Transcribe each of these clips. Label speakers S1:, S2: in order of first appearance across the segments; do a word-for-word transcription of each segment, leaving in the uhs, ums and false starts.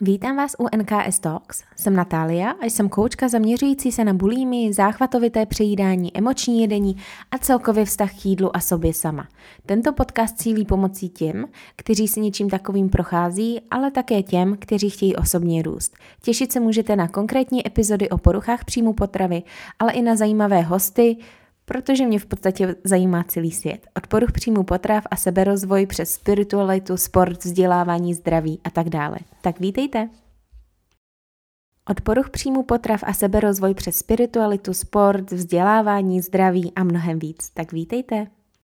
S1: Vítám vás u N K S Talks. Jsem Natália a jsem koučka zaměřující se na bulimii, záchvatovité přejídání, emoční jedení a celkově vztah k jídlu a sobě sama. Tento podcast cílí pomocí těm, kteří si něčím takovým prochází, ale také těm, kteří chtějí osobně růst. Těšit se můžete na konkrétní epizody o poruchách příjmu potravy, ale i na zajímavé hosty, protože mě v podstatě zajímá celý svět. Od poruch příjmu potrav a seberozvoj přes spiritualitu, sport, vzdělávání, zdraví a tak dále. Tak vítejte! Od poruch příjmu potrav a seberozvoj přes spiritualitu, sport, vzdělávání, zdraví a mnohem víc. Tak vítejte!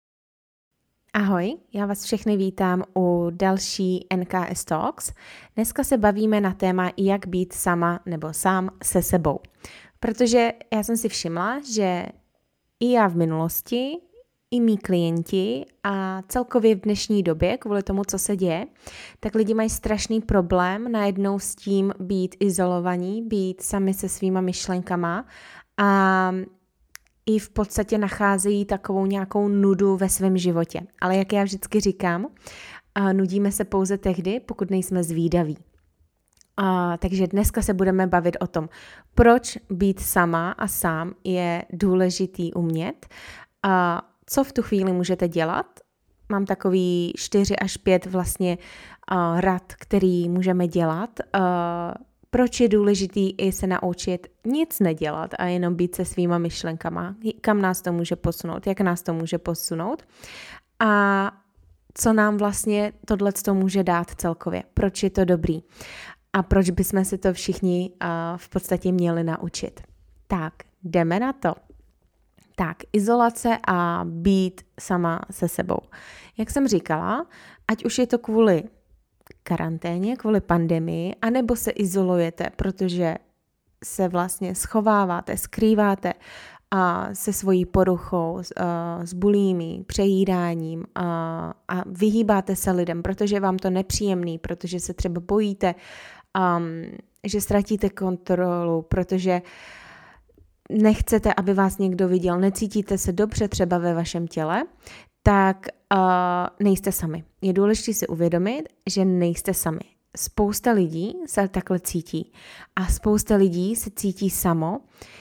S1: Ahoj, já vás všechny vítám u další N K S Talks. Dneska se bavíme na téma, jak být sama nebo sám se sebou. Protože já jsem si všimla, že i já v minulosti, i mý klienti a celkově v dnešní době, kvůli tomu, co se děje, tak lidi mají strašný problém najednou s tím být izolovaní, být sami se svýma myšlenkama a i v podstatě nacházejí takovou nějakou nudu ve svém životě. Ale jak já vždycky říkám, nudíme se pouze tehdy, pokud nejsme zvídaví. A, takže dneska se budeme bavit o tom, proč být sama a sám je důležitý umět. A co v tu chvíli můžete dělat? Mám takový čtyři až pět vlastně uh, rad, který můžeme dělat. Uh, proč je důležitý i se naučit nic nedělat a jenom být se svýma myšlenkama, kam nás to může posunout, jak nás to může posunout a co nám vlastně tohleto může dát celkově, proč je to dobrý. A proč bychom se to všichni uh, v podstatě měli naučit? Tak, jdeme na to. Tak, izolace a být sama se sebou. Jak jsem říkala, ať už je to kvůli karanténě, kvůli pandemii, anebo se izolujete, protože se vlastně schováváte, skrýváte a se svojí poruchou, s, uh, s bulími, přejídáním uh, a vyhýbáte se lidem, protože je vám to nepříjemný, protože se třeba bojíte, Um, že ztratíte kontrolu, protože nechcete, aby vás někdo viděl, necítíte se dobře třeba ve vašem těle, tak uh, nejste sami. Je důležité si uvědomit, že nejste sami. Spousta lidí se takhle cítí a spousta lidí se cítí samo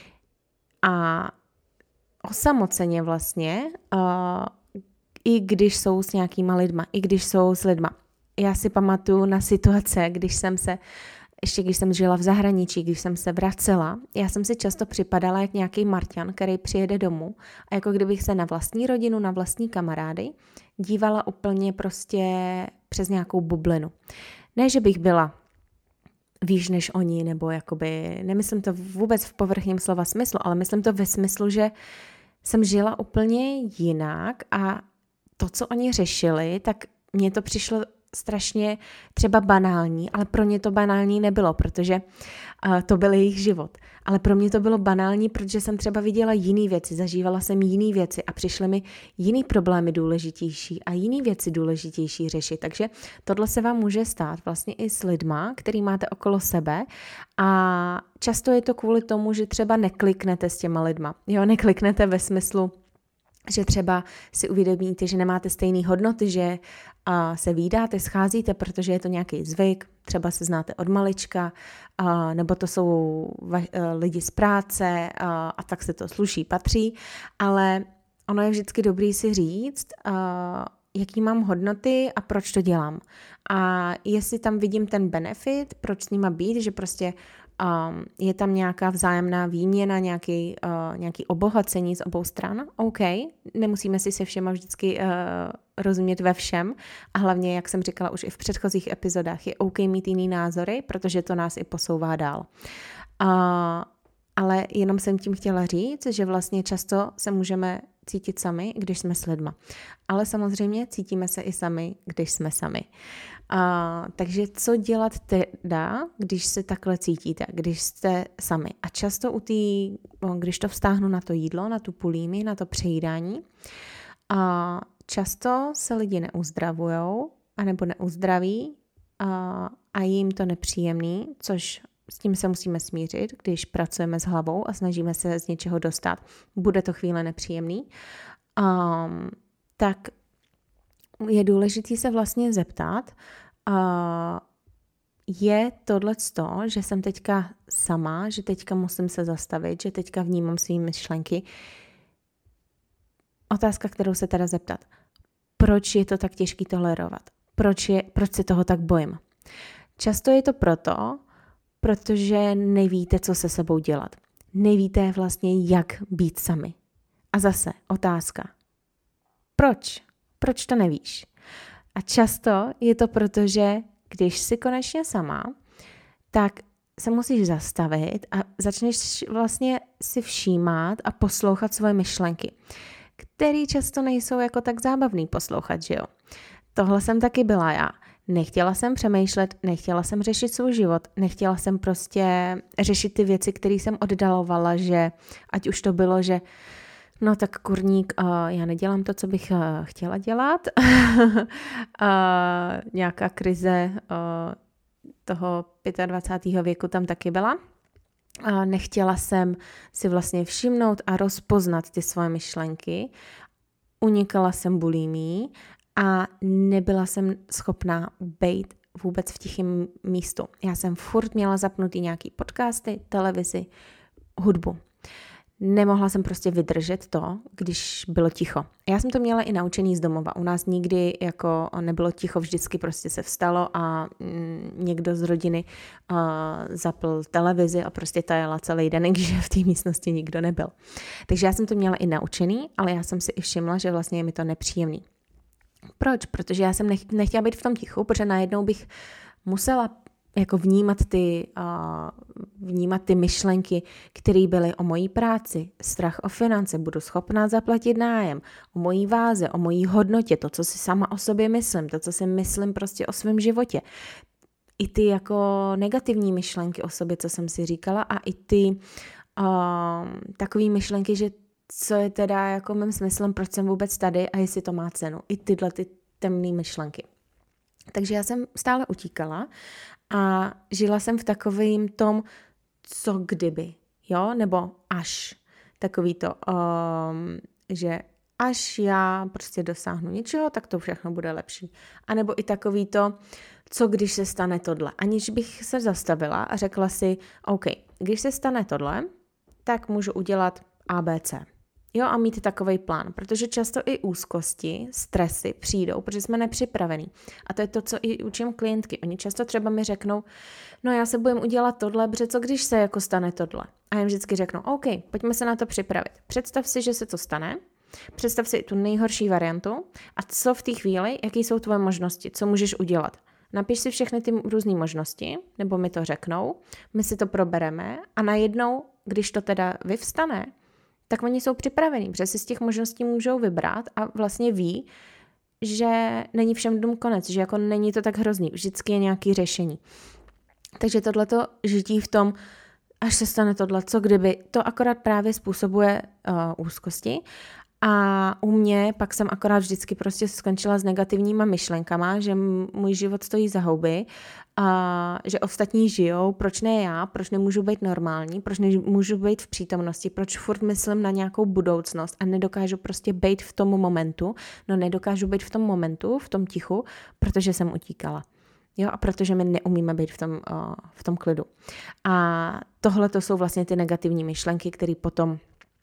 S1: a osamoceně vlastně, uh, i když jsou s nějakýma lidma, i když jsou s lidma. Já si pamatuju na situace, když jsem se, ještě když jsem žila v zahraničí, když jsem se vracela, já jsem si často připadala jak nějaký Marťan, který přijede domů a jako kdybych se na vlastní rodinu, na vlastní kamarády dívala úplně prostě přes nějakou bublinu. Ne, že bych byla výš než oni, nebo jakoby, nemyslím to vůbec v povrchním slova smyslu, ale myslím to ve smyslu, že jsem žila úplně jinak a to, co oni řešili, tak mně to přišlo strašně třeba banální, ale pro ně to banální nebylo, protože uh, to byl jejich život. Ale pro mě to bylo banální, protože jsem třeba viděla jiné věci, zažívala jsem jiné věci a přišly mi jiný problémy důležitější a jiné věci důležitější řešit. Takže tohle se vám může stát vlastně i s lidma, který máte okolo sebe a často je to kvůli tomu, že třeba nekliknete s těma lidma. Jo, nekliknete ve smyslu, že třeba si uvědomíte, že nemáte stejné hodnoty, že a se vídáte, scházíte, protože je to nějaký zvyk, třeba se znáte od malička, a, nebo to jsou va, a, lidi z práce a, a tak se to sluší, patří, ale ono je vždycky dobrý si říct, a, jaký mám hodnoty a proč to dělám. A jestli tam vidím ten benefit, proč s nima být, že prostě Um, je tam nějaká vzájemná výměna, nějaký, uh, nějaký obohacení z obou stran, OK, nemusíme si se všema vždycky uh, rozumět ve všem a hlavně, jak jsem říkala už i v předchozích epizodách, je OK mít jiný názory, protože to nás i posouvá dál. Uh, ale jenom jsem tím chtěla říct, že vlastně často se můžeme cítit sami, když jsme s lidma. Ale samozřejmě cítíme se i sami, když jsme sami. A, takže co dělat teda, když se takhle cítíte, když jste sami. A často u tý, když to vztáhnu na to jídlo, na tu bulímii, na to přejídání, a často se lidi neuzdravujou, anebo neuzdraví a, a je jim to nepříjemný, což s tím se musíme smířit, když pracujeme s hlavou a snažíme se z něčeho dostat. Bude to chvíle nepříjemný. Um, tak je důležité se vlastně zeptat, uh, je tohleto, že jsem teďka sama, že teďka musím se zastavit, že teďka vnímám svý myšlenky. Otázka, kterou se teda zeptat. Proč je to tak těžký tolerovat? Proč, je, proč se toho tak bojím? Často je to proto, protože nevíte, co se sebou dělat. Nevíte vlastně, jak být sami. A zase otázka. Proč? Proč to nevíš? A často je to proto, že když jsi konečně sama, tak se musíš zastavit a začneš vlastně si všímat a poslouchat svoje myšlenky, které často nejsou jako tak zábavný poslouchat, že jo? Tohle jsem taky byla já. Nechtěla jsem přemýšlet, nechtěla jsem řešit svůj život, nechtěla jsem prostě řešit ty věci, které jsem oddalovala, že ať už to bylo, že no tak kurník, uh, já nedělám to, co bych uh, chtěla dělat. uh, nějaká krize uh, toho dvacátého pátého věku tam taky byla. Uh, nechtěla jsem si vlastně všimnout a rozpoznat ty svoje myšlenky. Unikala jsem bulimii a nebyla jsem schopná být vůbec v tichém místu. Já jsem furt měla zapnutý nějaký podcasty, televizi, hudbu. Nemohla jsem prostě vydržet to, když bylo ticho. Já jsem to měla i naučený z domova. U nás nikdy jako nebylo ticho, vždycky prostě se vstalo a mm, někdo z rodiny uh, zapl televizi a prostě tajela celý den, když v té místnosti nikdo nebyl. Takže já jsem to měla i naučený, ale já jsem si i všimla, že vlastně je mi to nepříjemný. Proč? Protože já jsem nech, nechtěla být v tom tichu, protože najednou bych musela jako vnímat ty, uh, vnímat ty myšlenky, které byly o mojí práci, strach o finance, budu schopná zaplatit nájem, o mojí váze, o mojí hodnotě, to, co si sama o sobě myslím, to, co si myslím prostě o svém životě. I ty jako negativní myšlenky o sobě, co jsem si říkala, a i ty uh, takové myšlenky, že co je teda jako mým smyslem, proč jsem vůbec tady a jestli to má cenu. I tyhle ty temné myšlenky. Takže já jsem stále utíkala a žila jsem v takovým tom, co kdyby, jo, nebo až. Takový to, um, že až já prostě dosáhnu něčeho, tak to všechno bude lepší. A nebo i takový to, co když se stane tohle. Aniž bych se zastavila a řekla si, OK, když se stane tohle, tak můžu udělat A B C. Jo, a mít takovej plán, protože často i úzkosti, stresy přijdou, protože jsme nepřipravení. A to je to, co i učím klientky. Oni často třeba mi řeknou, no já se bojím udělat tohle, protože co když se jako stane tohle. A jim vždycky řeknu, OK, pojďme se na to připravit. Představ si, že se to stane, představ si tu nejhorší variantu a co v té chvíli, jaký jsou tvoje možnosti, co můžeš udělat. Napiš si všechny ty různé možnosti, nebo mi to řeknou, my si to probereme a najednou, když to teda vyvstane, tak oni jsou připravení, protože si z těch možností můžou vybrat a vlastně ví, že není všem dům konec, že jako není to tak hrozný, vždycky je nějaké řešení. Takže tohleto žití v tom, až se stane tohle, co kdyby, to akorát právě způsobuje uh, úzkosti. A u mě pak jsem akorát vždycky prostě skončila s negativníma myšlenkama, že můj život stojí za houby, a že ostatní žijou, proč ne já, proč nemůžu být normální, proč nemůžu být v přítomnosti, proč furt myslím na nějakou budoucnost a nedokážu prostě být v tom momentu, no nedokážu být v tom momentu, v tom tichu, protože jsem utíkala. Jo, a protože my neumíme být v tom, uh, v tom klidu. A tohle to jsou vlastně ty negativní myšlenky, které potom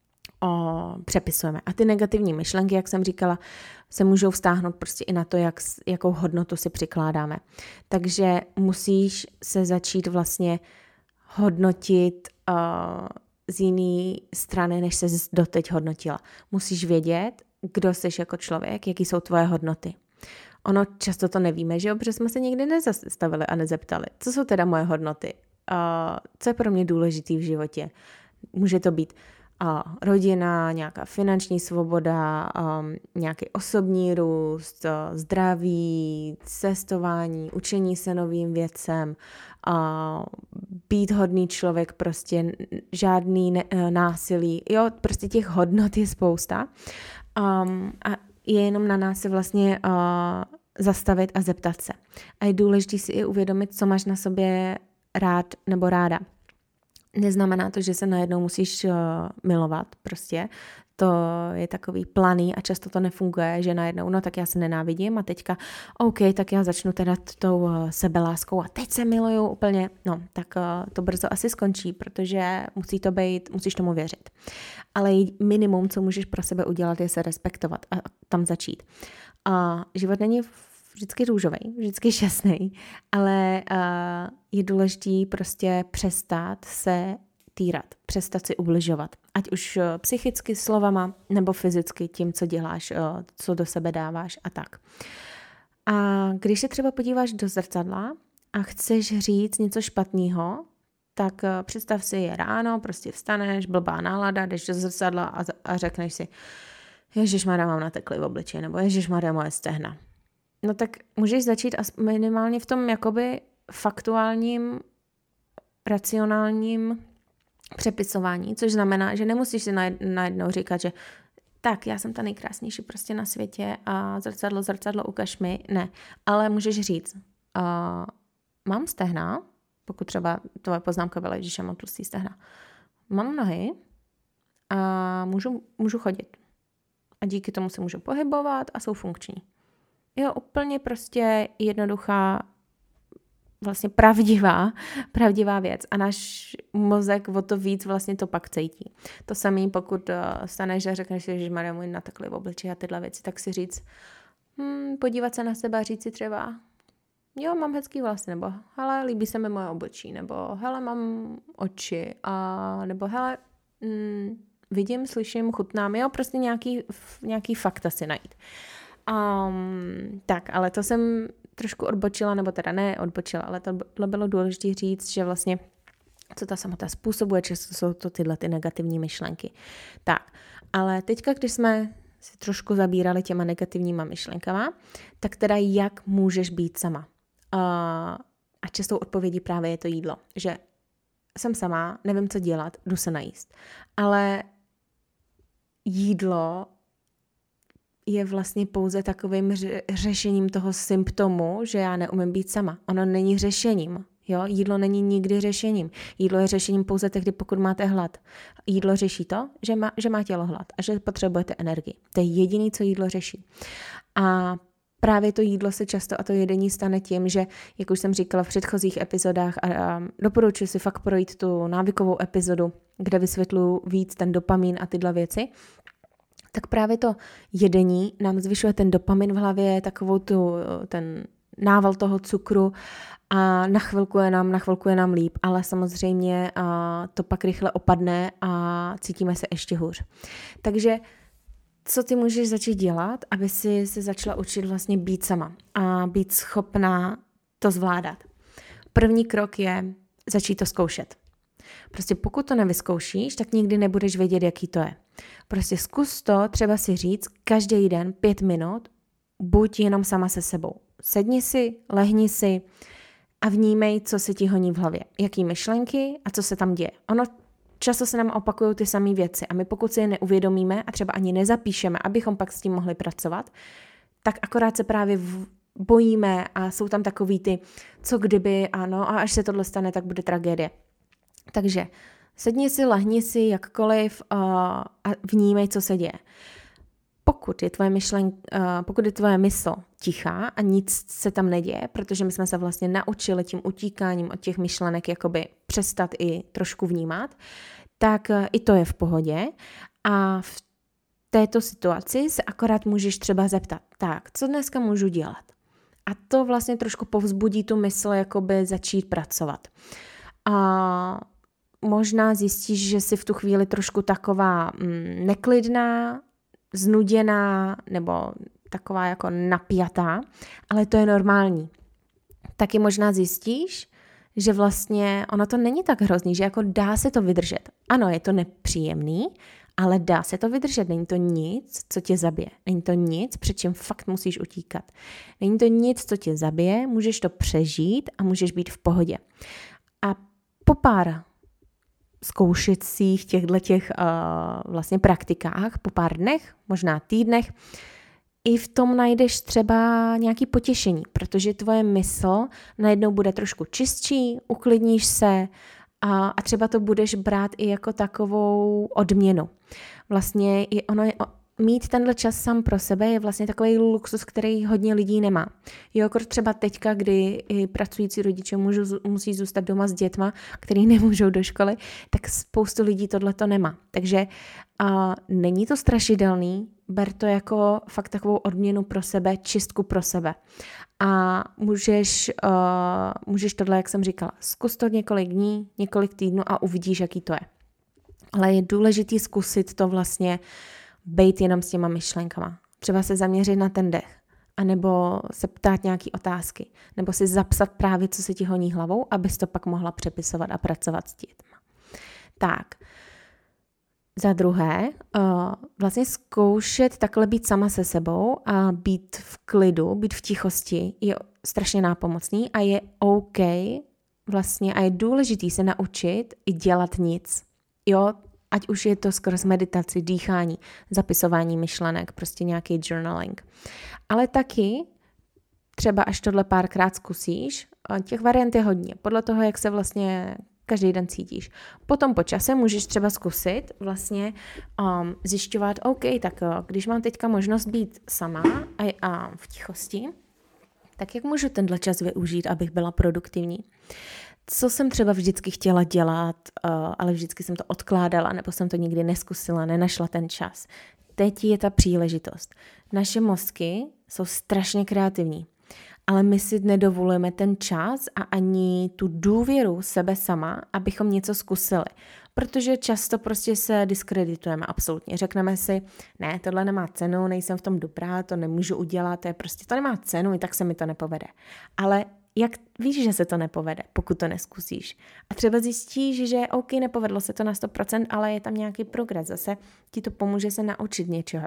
S1: O, přepisujeme. A ty negativní myšlenky, jak jsem říkala, se můžou vztáhnout prostě i na to, jak, jakou hodnotu si přikládáme. Takže musíš se začít vlastně hodnotit uh, z jiné strany, než se doteď hodnotila. Musíš vědět, kdo jsi jako člověk, jaký jsou tvoje hodnoty. Ono často to nevíme, že jo, protože jsme se nikdy nezastavili a nezeptali. Co jsou teda moje hodnoty? Uh, co je pro mě důležitý v životě? Může to být a rodina, nějaká finanční svoboda, um, nějaký osobní růst, uh, zdraví, cestování, učení se novým věcem, uh, být hodný člověk, prostě žádný ne- uh, násilí, jo, prostě těch hodnot je spousta. Um, a je jenom na nás se vlastně uh, zastavit a zeptat se. A je důležité si i uvědomit, co máš na sobě rád nebo ráda. Neznamená to, že se najednou musíš uh, milovat prostě. to je takový planý a často to nefunguje, že najednou, no tak já se nenávidím a teďka, OK, tak já začnu teda tou sebeláskou a teď se miluju úplně, no tak to brzo asi skončí, protože musí to být, musíš tomu věřit. Ale minimum, co můžeš pro sebe udělat, je se respektovat a tam začít. A život není vždycky růžový, vždycky šťastný, ale je důležitý prostě přestat se týrat, přestat si ubližovat. Ať už psychicky slovama, nebo fyzicky tím, co děláš, co do sebe dáváš a tak. A když se třeba podíváš do zrcadla a chceš říct něco špatného, tak představ si, je ráno, prostě vstaneš, blbá nálada, jdeš do zrcadla a, a řekneš si, ježišmarja, mám natekli v obličeji, nebo ježišmarja, moje stehna. No tak můžeš začít minimálně v tom jakoby faktuálním, racionálním přepisování, což znamená, že nemusíš si najednou říkat, že tak, já jsem ta nejkrásnější prostě na světě a zrcadlo, zrcadlo, ukaž mi. Ne, ale můžeš říct, uh, mám stehna, pokud třeba tvoje poznámka byla, že já mám tlustý stehna. Mám nohy a můžu, můžu chodit. A díky tomu se můžu pohybovat a jsou funkční. Jo, úplně prostě jednoduchá, vlastně pravdivá, pravdivá věc. A náš mozek o to víc vlastně to pak cítí. To samé, pokud staneš a řekneš si, že Maria, můj natekli v obličeji a tyhle věci, tak si říct, hmm, podívat se na sebe a říct si třeba, jo, mám hezký vlasy, nebo hele, líbí se mi moje obočí, nebo hele, mám oči, a, nebo hele, mm, vidím, slyším, chutnám, jo, prostě nějaký, nějaký fakta si najít. Um, tak, ale to jsem trošku odbočila, nebo teda ne odbočila, ale to bylo důležité říct, že vlastně co ta samota způsobuje, často jsou to tyhle ty negativní myšlenky. Tak, ale teďka, když jsme si trošku zabírali těma negativníma myšlenkama, tak teda jak můžeš být sama? Uh, a častou odpovědí právě je to jídlo, že jsem sama, nevím, co dělat, jdu se najíst. Ale jídlo je vlastně pouze takovým ře- řešením toho symptomu, že já neumím být sama. Ono není řešením. Jo? Jídlo není nikdy řešením. Jídlo je řešením pouze tehdy, pokud máte hlad. Jídlo řeší to, že má, že má tělo hlad a že potřebujete energii. To je jediné, co jídlo řeší. A právě to jídlo se často a to jedení stane tím, že, jak už jsem říkala v předchozích epizodách, a, a doporučuji si fakt projít tu návykovou epizodu, kde vysvětluji víc ten dopamin a tyhle věci, tak právě to jedení nám zvyšuje ten dopamin v hlavě, takovou tu, ten nával toho cukru a na chvilku je nám, na chvilku je nám líp, ale samozřejmě a to pak rychle opadne a cítíme se ještě hůř. Takže co ty můžeš začít dělat, aby si se začala učit vlastně být sama a být schopná to zvládat? První krok je začít to zkoušet. Prostě pokud to nevyzkoušíš, tak nikdy nebudeš vědět, jaký to je. Prostě zkus to třeba si říct každý den pět minut, buď jenom sama se sebou. Sedni si, lehni si a vnímej, co se ti honí v hlavě. Jaký myšlenky a co se tam děje. Ono často se nám opakují ty samé věci a my pokud si je neuvědomíme a třeba ani nezapíšeme, abychom pak s tím mohli pracovat, tak akorát se právě bojíme a jsou tam takový ty, co kdyby, ano, a až se tohle stane, tak bude tragédie. Takže sedni si, lehni si, jakkoliv uh, a vnímej, co se děje. Pokud je tvoje myšlen, uh, pokud je tvoje mysl tichá a nic se tam neděje, protože my jsme se vlastně naučili tím utíkáním od těch myšlenek jakoby přestat i trošku vnímat, tak uh, i to je v pohodě a v této situaci se akorát můžeš třeba zeptat, tak, co dneska můžu dělat? A to vlastně trošku povzbudí tu mysl jakoby začít pracovat. A možná zjistíš, že jsi v tu chvíli trošku taková mm, neklidná, znuděná nebo taková jako napjatá, ale to je normální. Taky možná zjistíš, že vlastně ono to není tak hrozný, že jako dá se to vydržet. Ano, je to nepříjemný, ale dá se to vydržet. Není to nic, co tě zabije. Není to nic, před čím fakt musíš utíkat. Není to nic, co tě zabije, můžeš to přežít a můžeš být v pohodě. A po pár zkoušecích těchto těch uh, vlastně praktikách, po pár dnech, možná týdnech, i v tom najdeš třeba nějaké potěšení, protože tvoje mysl najednou bude trošku čistší, uklidníš se A, a třeba to budeš brát i jako takovou odměnu. Vlastně i ono je, mít tenhle čas sám pro sebe je vlastně takový luxus, který hodně lidí nemá. Jo, jako třeba teďka, kdy i pracující rodiče můžou, musí zůstat doma s dětma, který nemůžou do školy, tak spoustu lidí tohleto nemá. Takže a není to strašidelný, ber to jako fakt takovou odměnu pro sebe, čistku pro sebe. A můžeš, uh, můžeš tohle, jak jsem říkala, zkus to několik dní, několik týdnů a uvidíš, jaký to je. Ale je důležitý zkusit to vlastně bejt jenom s těma myšlenkama. Třeba se zaměřit na ten dech, anebo se ptát nějaký otázky, nebo si zapsat právě, co se ti honí hlavou, abys to pak mohla přepisovat a pracovat s dětma. Tak, za druhé, uh, vlastně zkoušet takhle být sama se sebou a být v klidu, být v tichosti je strašně nápomocný a je OK vlastně a je důležitý se naučit i dělat nic. Jo, ať už je to skrz meditaci, dýchání, zapisování myšlenek, prostě nějaký journaling. Ale taky třeba až tohle párkrát zkusíš, těch variant je hodně, podle toho, jak se vlastně každý den cítíš. Potom po čase můžeš třeba zkusit vlastně um, zjišťovat, OK, tak když mám teďka možnost být sama a, a v tichosti, tak jak můžu tenhle čas využít, abych byla produktivní? Co jsem třeba vždycky chtěla dělat, uh, ale vždycky jsem to odkládala, nebo jsem to nikdy neskusila, nenašla ten čas. Teď je ta příležitost. Naše mozky jsou strašně kreativní, ale my si nedovolujeme ten čas a ani tu důvěru sebe sama, abychom něco zkusili. Protože často prostě se diskreditujeme absolutně. Řekneme si, ne, tohle nemá cenu, nejsem v tom dobrá, to nemůžu udělat, to je prostě, to nemá cenu, i tak se mi to nepovede. Ale jak víš, že se to nepovede, pokud to neskusíš? A třeba zjistíš, že OK, nepovedlo se to na sto procent, ale je tam nějaký progres. Zase ti to pomůže se naučit něčeho.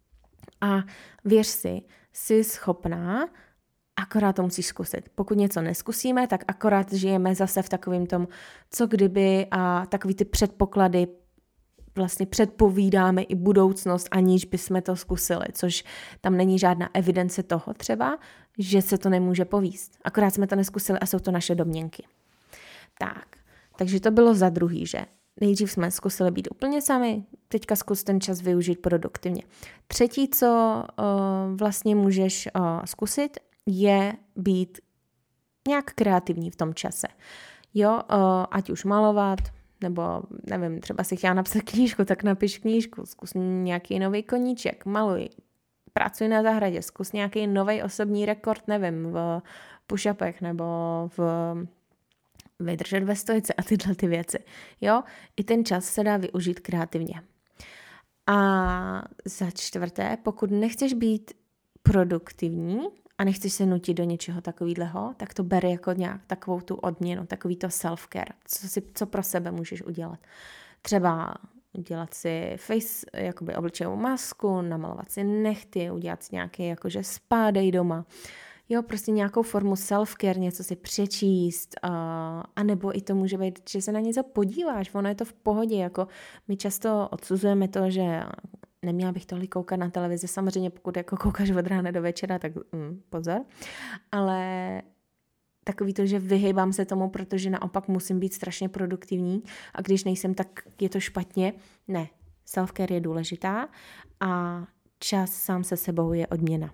S1: A věř si, jsi schopná, akorát to musíš zkusit. Pokud něco neskusíme, tak akorát žijeme zase v takovém tom, co kdyby a takový ty předpoklady vlastně předpovídáme i budoucnost, aniž bychom to zkusili, což tam není žádná evidence toho třeba, že se to nemůže povíst. Akorát jsme to neskusili a jsou to naše domněnky. Tak, takže to bylo za druhý, že nejdřív jsme zkusili být úplně sami, teďka zkus ten čas využít produktivně. Třetí, co uh, vlastně můžeš uh, zkusit, je být nějak kreativní v tom čase. Jo, uh, ať už malovat, nebo nevím, třeba si chtěla napsat knížku, tak napiš knížku, zkus nějaký nový koníček, maluj, pracuj na zahradě, zkus nějaký nový osobní rekord, nevím, v push-upech nebo v vydržet ve stojice a tyhle ty věci. Jo, i ten čas se dá využít kreativně. A za čtvrté, pokud nechceš být produktivní a nechceš se nutit do něčeho takového, tak to ber jako nějak takovou tu odměnu, takový to self-care, co, si, co pro sebe můžeš udělat. Třeba udělat si face, jakoby obličejovou masku, namalovat si nehty, udělat si nějaký jakože spa day doma. Jo, prostě nějakou formu self-care, něco si přečíst, uh, anebo i to může být, že se na něco podíváš, ono je to v pohodě, jako my často odsuzujeme to, že neměla bych tolik koukat na televizi, samozřejmě pokud jako koukáš od rána do večera, tak mm, pozor, ale takový to, že vyhejbám se tomu, protože naopak musím být strašně produktivní a když nejsem, tak je to špatně. Ne, self-care je důležitá a čas sám se sebou je odměna.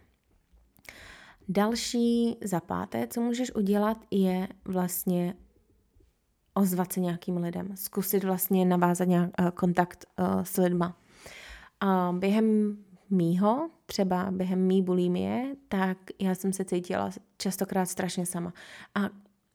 S1: Další za páté, co můžeš udělat, je vlastně ozvat se nějakým lidem. Zkusit vlastně navázat nějak kontakt uh, s lidma. A během mýho, třeba během mý bulimie, tak já jsem se cítila častokrát strašně sama. A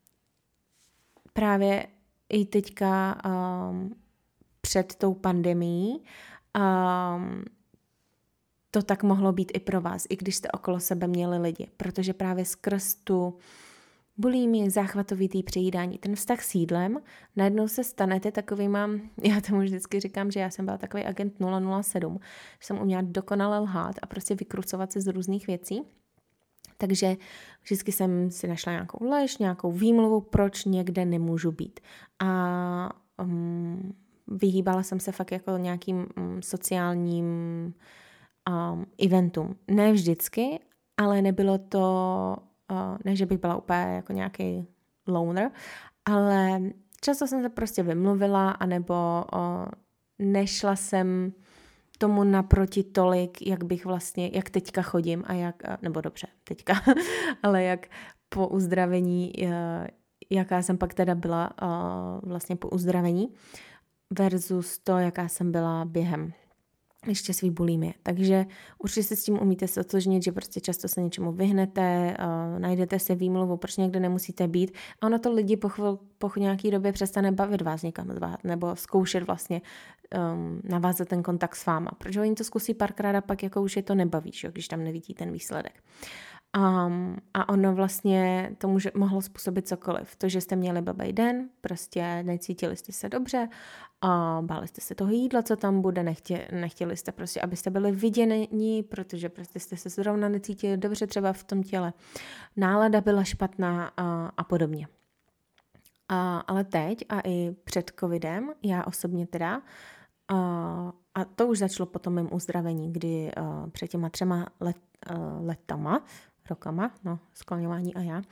S1: právě i teďka um, před tou pandemií um, to tak mohlo být i pro vás, i když jste okolo sebe měli lidi, protože právě skrz tu bulimii, záchvatovitý přejídání, ten vztah s jídlem, najednou se stanete takovýma, já tomu vždycky říkám, že já jsem byla takový agent nula nula sedm, že jsem uměla dokonale lhát a prostě vykrucovat se z různých věcí. Takže vždycky jsem si našla nějakou lež, nějakou výmluvu, proč někde nemůžu být. A um, vyhýbala jsem se fakt jako nějakým um, sociálním um, eventům. Ne vždycky, ale nebylo to, uh, ne, že bych byla úplně jako nějaký loner, ale často jsem se prostě vymluvila, anebo o, nešla jsem tomu naproti tolik, jak bych vlastně, jak teďka chodím a jak, nebo dobře, teďka, ale jak po uzdravení, jaká jsem pak teda byla vlastně po uzdravení versus to, jaká jsem byla během ještě svý bulimie. Takže určitě se s tím umíte stotožnit, že prostě často se něčemu vyhnete, uh, najdete si výmluvu, proč někde nemusíte být a ono to lidi po, chvil, po nějaký době přestane bavit vás někam zvát nebo zkoušet vlastně um, navázat ten kontakt s váma. Protože oni to zkusí párkrát a pak jako už je to nebaví, že, když tam nevidí ten výsledek. Um, a ono vlastně to může, mohlo způsobit cokoliv. To, že jste měli blbej den, prostě necítili jste se dobře, a báli jste se toho jídla, co tam bude, nechtě, nechtěli jste prostě, abyste byli viděni, protože prostě jste se zrovna necítili dobře třeba v tom těle. Nálada byla špatná a, a podobně. A, ale teď a i před covidem, já osobně teda, a, a to už začalo po tom mém uzdravení, kdy a, před těma třema let, a, letama, rokama, no, skloňování a já.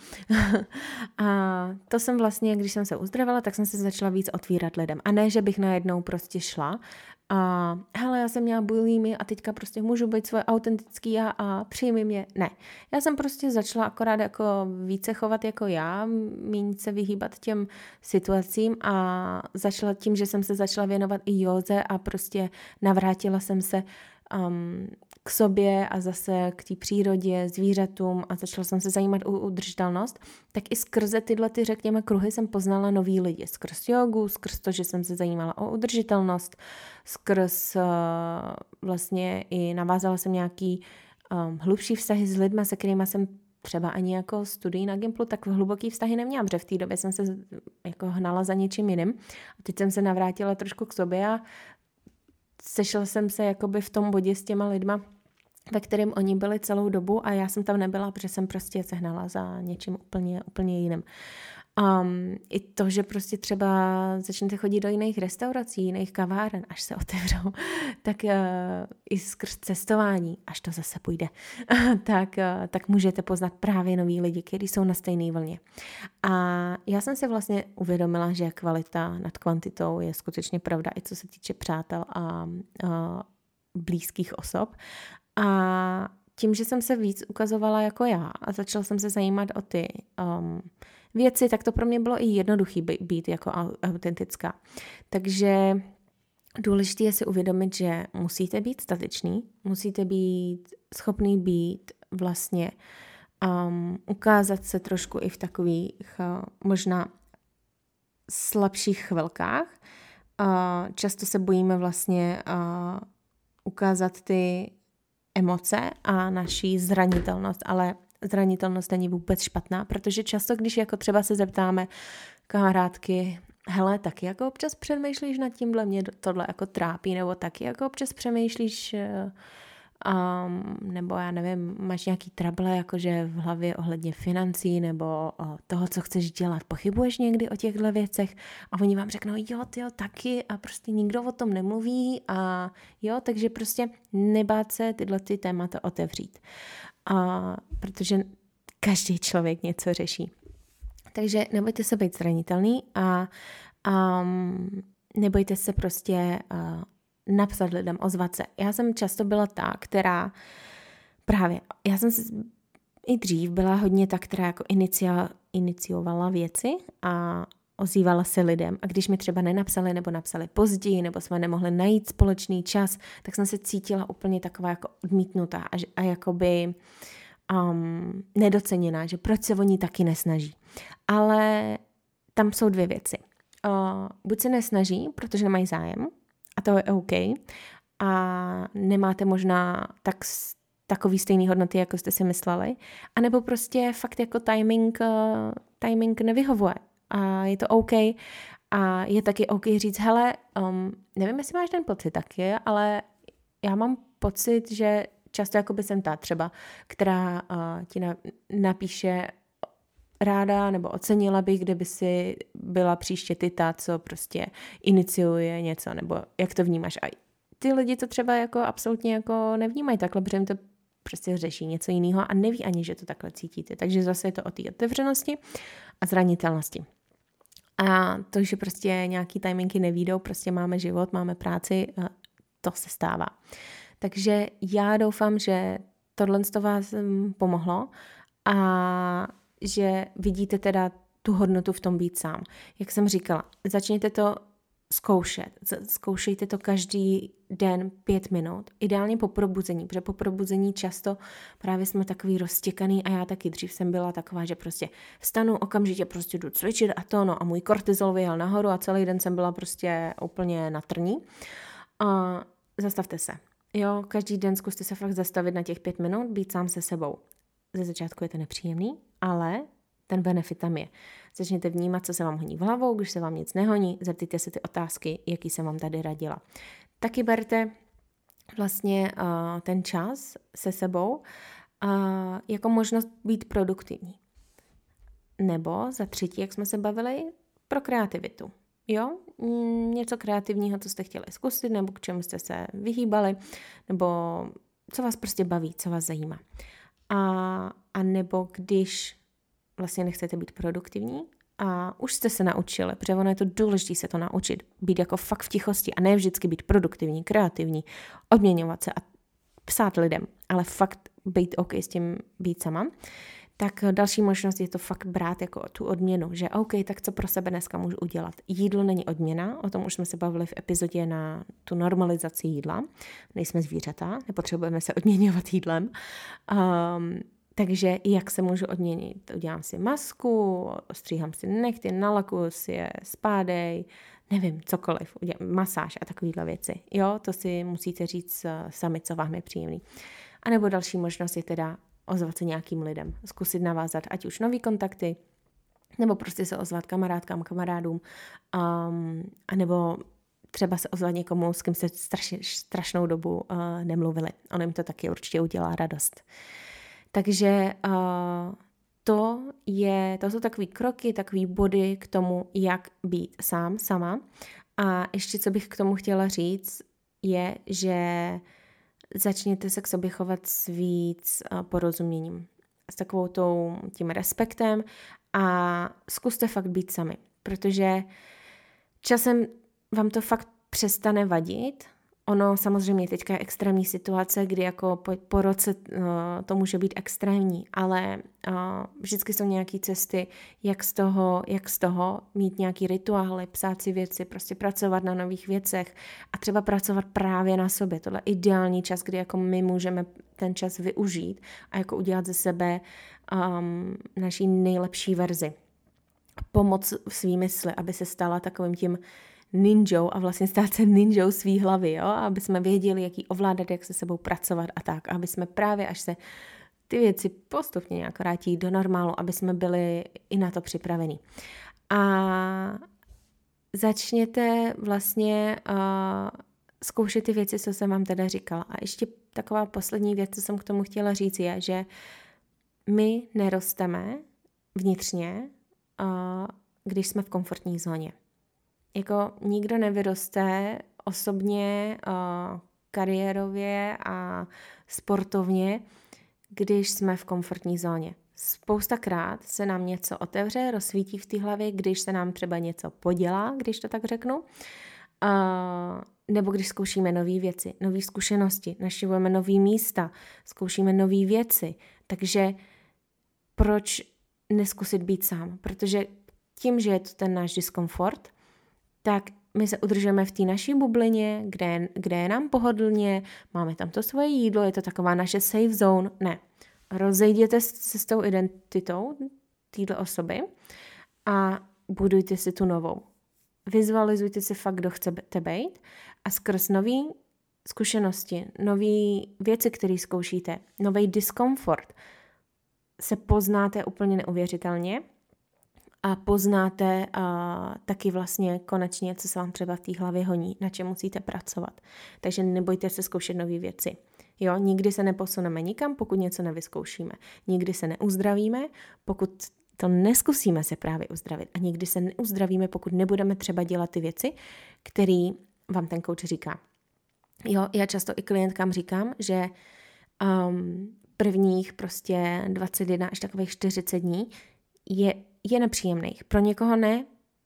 S1: A to jsem vlastně, když jsem se uzdravila, tak jsem se začala víc otvírat lidem. A ne, že bych najednou prostě šla a hele, já jsem měla bulimii a teďka prostě můžu být svoje autentický já a přijmi mě. Ne. Já jsem prostě začala akorát jako více chovat jako já, méně se vyhýbat těm situacím a začala tím, že jsem se začala věnovat i józe a prostě navrátila jsem se Um, k sobě a zase k té přírodě, zvířatům a začala jsem se zajímat o udržitelnost, tak i skrze tyhle ty, řekněme, kruhy jsem poznala nový lidi. Skrz jogu, skrz to, že jsem se zajímala o udržitelnost, skrz uh, vlastně i navázala jsem nějaký um, hlubší vztahy s lidma, se kterými jsem třeba ani jako studií na Gimplu tak hluboký vztahy neměla, protože v té době jsem se jako hnala za něčím jiným. A teď jsem se navrátila trošku k sobě a sešla jsem se jakoby v tom bodě s těma lidma, ve kterém oni byli celou dobu a já jsem tam nebyla, protože jsem prostě se hnala za něčím úplně, úplně jiným. Um, I to, že prostě třeba začnete chodit do jiných restaurací, jiných kaváren, až se otevřou, tak uh, i skrz cestování, až to zase půjde, tak, uh, tak můžete poznat právě nový lidi, kteří jsou na stejné vlně. A já jsem si vlastně uvědomila, že kvalita nad kvantitou je skutečně pravda, i co se týče přátel a uh, blízkých osob. A tím, že jsem se víc ukazovala jako já a začala jsem se zajímat o ty um, věci, tak to pro mě bylo i jednoduchý být jako autentická. Takže důležité je si uvědomit, že musíte být statečný, musíte být schopný být vlastně um, ukázat se trošku i v takových uh, možná slabších chvilkách. Uh, často se bojíme vlastně uh, ukázat ty emoce a naší zranitelnost, ale zranitelnost není vůbec špatná, protože často, když jako třeba se zeptáme kamarádky, hele, taky jako občas přemýšlíš nad tímhle, mě tohle jako trápí, nebo taky jako občas přemýšlíš, um, nebo já nevím, máš nějaký trable jakože v hlavě ohledně financí, nebo o toho, co chceš dělat, pochybuješ někdy o těchto věcech a oni vám řeknou, jo, tyjo, taky a prostě nikdo o tom nemluví a jo, takže prostě nebát se tyhle ty témata otevřít. A protože každý člověk něco řeší. Takže nebojte se být zranitelný a um, nebojte se prostě uh, napsat lidem, ozvat se. Já jsem často byla ta, která právě, já jsem i dřív byla hodně ta, která jako inicia, iniciovala věci a ozývala se lidem. A když mi třeba nenapsali nebo napsali později, nebo jsme nemohli najít společný čas, tak jsem se cítila úplně taková jako odmítnutá a, a jakoby um, nedoceněná, že proč se oni taky nesnaží. Ale tam jsou dvě věci. Uh, buď se nesnaží, protože nemají zájem, a to je OK, a nemáte možná tak takový stejný hodnoty, jako jste si mysleli, anebo prostě fakt jako timing, uh, timing nevyhovuje. A je to OK a je taky OK říct, hele, um, nevím, jestli máš ten pocit taky, ale já mám pocit, že často jako by jsem ta třeba, která uh, ti na, napíše ráda nebo ocenila bych, kdyby si byla příště ty ta, co prostě iniciuje něco, nebo jak to vnímáš. A ty lidi to třeba jako absolutně jako nevnímají takhle, protože jim to prostě řeší něco jiného a neví ani, že to takhle cítíte. Takže zase je to o té otevřenosti a zranitelnosti. A to, že prostě nějaký timingy nevídou, prostě máme život, máme práci, to se stává. Takže já doufám, že tohle z toho vás pomohlo a že vidíte teda tu hodnotu v tom být sám. Jak jsem říkala, začněte to zkoušet. Zkoušejte to každý den pět minut. Ideálně po probuzení, protože po probuzení často právě jsme takový roztěkaný a já taky dřív jsem byla taková, že prostě vstanu, okamžitě prostě jdu cvičit a to, no a můj kortizol vyjel nahoru a celý den jsem byla prostě úplně na trní. A zastavte se. Jo, každý den zkuste se fakt zastavit na těch pět minut, být sám se sebou. Ze začátku je to nepříjemný, ale ten benefit tam je. Začněte vnímat, co se vám honí v hlavou, když se vám nic nehoní, zeptejte se ty otázky, jaký jsem vám tady radila. Taky berte vlastně uh, ten čas se sebou uh, jako možnost být produktivní. Nebo za třetí, jak jsme se bavili, pro kreativitu. Jo, něco kreativního, co jste chtěli zkusit, nebo k čemu jste se vyhýbali, nebo co vás prostě baví, co vás zajímá. A, a nebo když vlastně nechcete být produktivní a už jste se naučili, protože ono je to důležité se to naučit, být jako fakt v tichosti a ne vždycky být produktivní, kreativní, odměňovat se a psát lidem, ale fakt být OK s tím být sama, tak další možnost je to fakt brát jako tu odměnu, že OK, tak co pro sebe dneska můžu udělat. Jídlo není odměna, o tom už jsme se bavili v epizodě na tu normalizaci jídla. Nejsme zvířata, nepotřebujeme se odměňovat jídlem. Um, takže jak se můžu odměnit? Udělám si masku, ostříhám si nechty, nalakuju si je, spádej, nevím, cokoliv, udělám masáž a takovéhle věci. Jo, to si musíte říct sami, co vám je příjemný. A nebo další možnost je teda ozvat se nějakým lidem, zkusit navázat ať už nový kontakty, nebo prostě se ozvat kamarádkám, kamarádům, um, a nebo třeba se ozvat někomu, s kým se strašně, strašnou dobu uh, nemluvili. Ono jim to taky určitě udělá radost. Takže uh, to, je, to jsou takový kroky, takový body k tomu, jak být sám, sama. A ještě, co bych k tomu chtěla říct, je, že začněte se k sobě chovat s víc porozuměním, s takovou tou, tím respektem a zkuste fakt být sami, protože časem vám to fakt přestane vadit. Ono samozřejmě teďka je extrémní situace, kdy jako po, po roce uh, to může být extrémní, ale uh, vždycky jsou nějaké cesty, jak z toho, jak z toho mít nějaký rituály, psát si věci, prostě pracovat na nových věcech a třeba pracovat právě na sobě. Tohle je ideální čas, kdy jako my můžeme ten čas využít a jako udělat ze sebe um, naší nejlepší verzi. Pomoc svý mysli, aby se stala takovým tím ninjou a vlastně stát se ninjou svý hlavy, jo? Aby jsme věděli, jak ji ovládat, jak se sebou pracovat a tak. Aby jsme právě, až se ty věci postupně nějak vrátí do normálu, aby jsme byli i na to připraveni. A začněte vlastně uh, zkoušet ty věci, co jsem vám teda říkala. A ještě taková poslední věc, co jsem k tomu chtěla říct, je, že my nerosteme vnitřně, uh, když jsme v komfortní zóně. Jako nikdo nevyroste osobně, uh, kariérově a sportovně, když jsme v komfortní zóně. Spoustakrát se nám něco otevře, rozsvítí v té hlavě, když se nám třeba něco podělá, když to tak řeknu, uh, nebo když zkoušíme nové věci, nové zkušenosti, navštěvujeme nové místa, zkoušíme nové věci. Takže proč neskusit být sám? Protože tím, že je to ten náš diskomfort, tak my se udržujeme v té naší bublině, kde, kde je nám pohodlně, máme tam to svoje jídlo, je to taková naše safe zone. Ne, rozejděte se s tou identitou této osoby a budujte si tu novou. Vizualizujte si fakt, kdo chcete být a skrz nový zkušenosti, nový věci, které zkoušíte, nový diskomfort, se poznáte úplně neuvěřitelně a poznáte a taky vlastně konečně, co se vám třeba v té hlavě honí, na čem musíte pracovat. Takže nebojte se zkoušet nové věci. Jo, nikdy se neposuneme nikam, pokud něco nevyzkoušíme. Nikdy se neuzdravíme, pokud to neskusíme se právě uzdravit. A nikdy se neuzdravíme, pokud nebudeme třeba dělat ty věci, které vám ten coach říká. Jo, já často i klientkám říkám, že um, prvních prostě dvacet jedna až takových čtyřicet dní je, je nepříjemných. Pro někoho ne,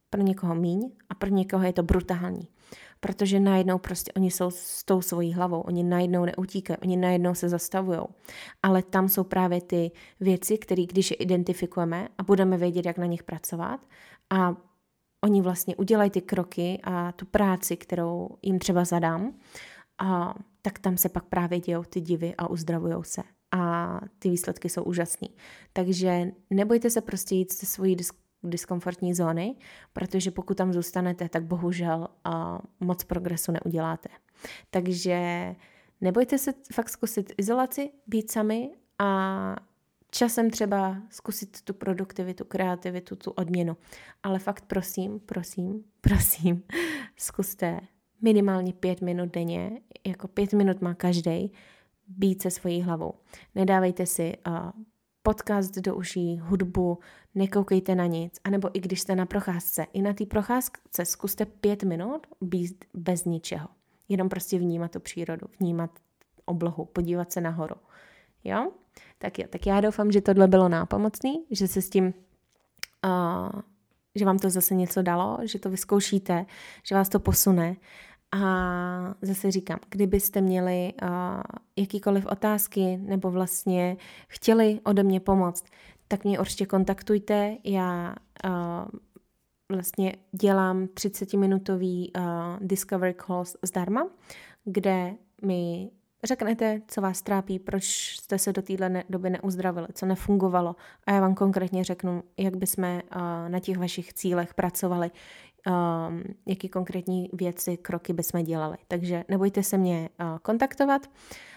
S1: pro někoho míň a pro někoho je to brutální. Protože najednou prostě oni jsou s tou svojí hlavou, oni najednou neutíkají, oni najednou se zastavujou. Ale tam jsou právě ty věci, které když je identifikujeme a budeme vědět, jak na nich pracovat a oni vlastně udělají ty kroky a tu práci, kterou jim třeba zadám, a tak tam se pak právě dějou ty divy a uzdravujou se. A ty výsledky jsou úžasný. Takže nebojte se prostě jít ze svojí disk- diskomfortní zóny, protože pokud tam zůstanete, tak bohužel uh, moc progresu neuděláte. Takže nebojte se fakt zkusit izolaci, být sami a časem třeba zkusit tu produktivitu, kreativitu, tu odměnu. Ale fakt prosím, prosím, prosím, zkuste minimálně pět minut denně, jako pět minut má každej, být se svojí hlavou. Nedávejte si uh, podcast do uší, hudbu, nekoukejte na nic, anebo i když jste na procházce, i na té procházce zkuste pět minut být bez ničeho. Jenom prostě vnímat tu přírodu, vnímat oblohu, podívat se nahoru. Jo? Tak jo, tak já doufám, že tohle bylo nápomocný, že se s tím, uh, že vám to zase něco dalo, že to vyzkoušíte, že vás to posune. A zase říkám, kdybyste měli uh, jakýkoliv otázky nebo vlastně chtěli ode mě pomoct, tak mě určitě kontaktujte. Já uh, vlastně dělám třicetiminutový uh, Discovery Calls zdarma, kde mi řeknete, co vás trápí, proč jste se do téhle ne- doby neuzdravili, co nefungovalo a já vám konkrétně řeknu, jak bychom uh, na těch vašich cílech pracovali, um, jaký konkrétní věci, kroky bychom dělali. Takže nebojte se mě uh, kontaktovat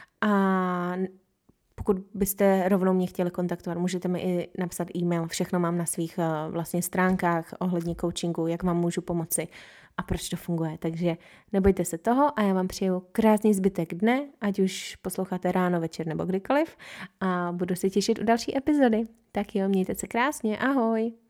S1: a pokud byste rovnou mě chtěli kontaktovat, můžete mi i napsat e-mail, všechno mám na svých uh, vlastně stránkách ohledně coachingu, jak vám můžu pomoci a proč to funguje. Takže nebojte se toho a já vám přeju krásný zbytek dne, ať už posloucháte ráno, večer nebo kdykoliv a budu se těšit u další epizody. Tak jo, mějte se krásně, ahoj!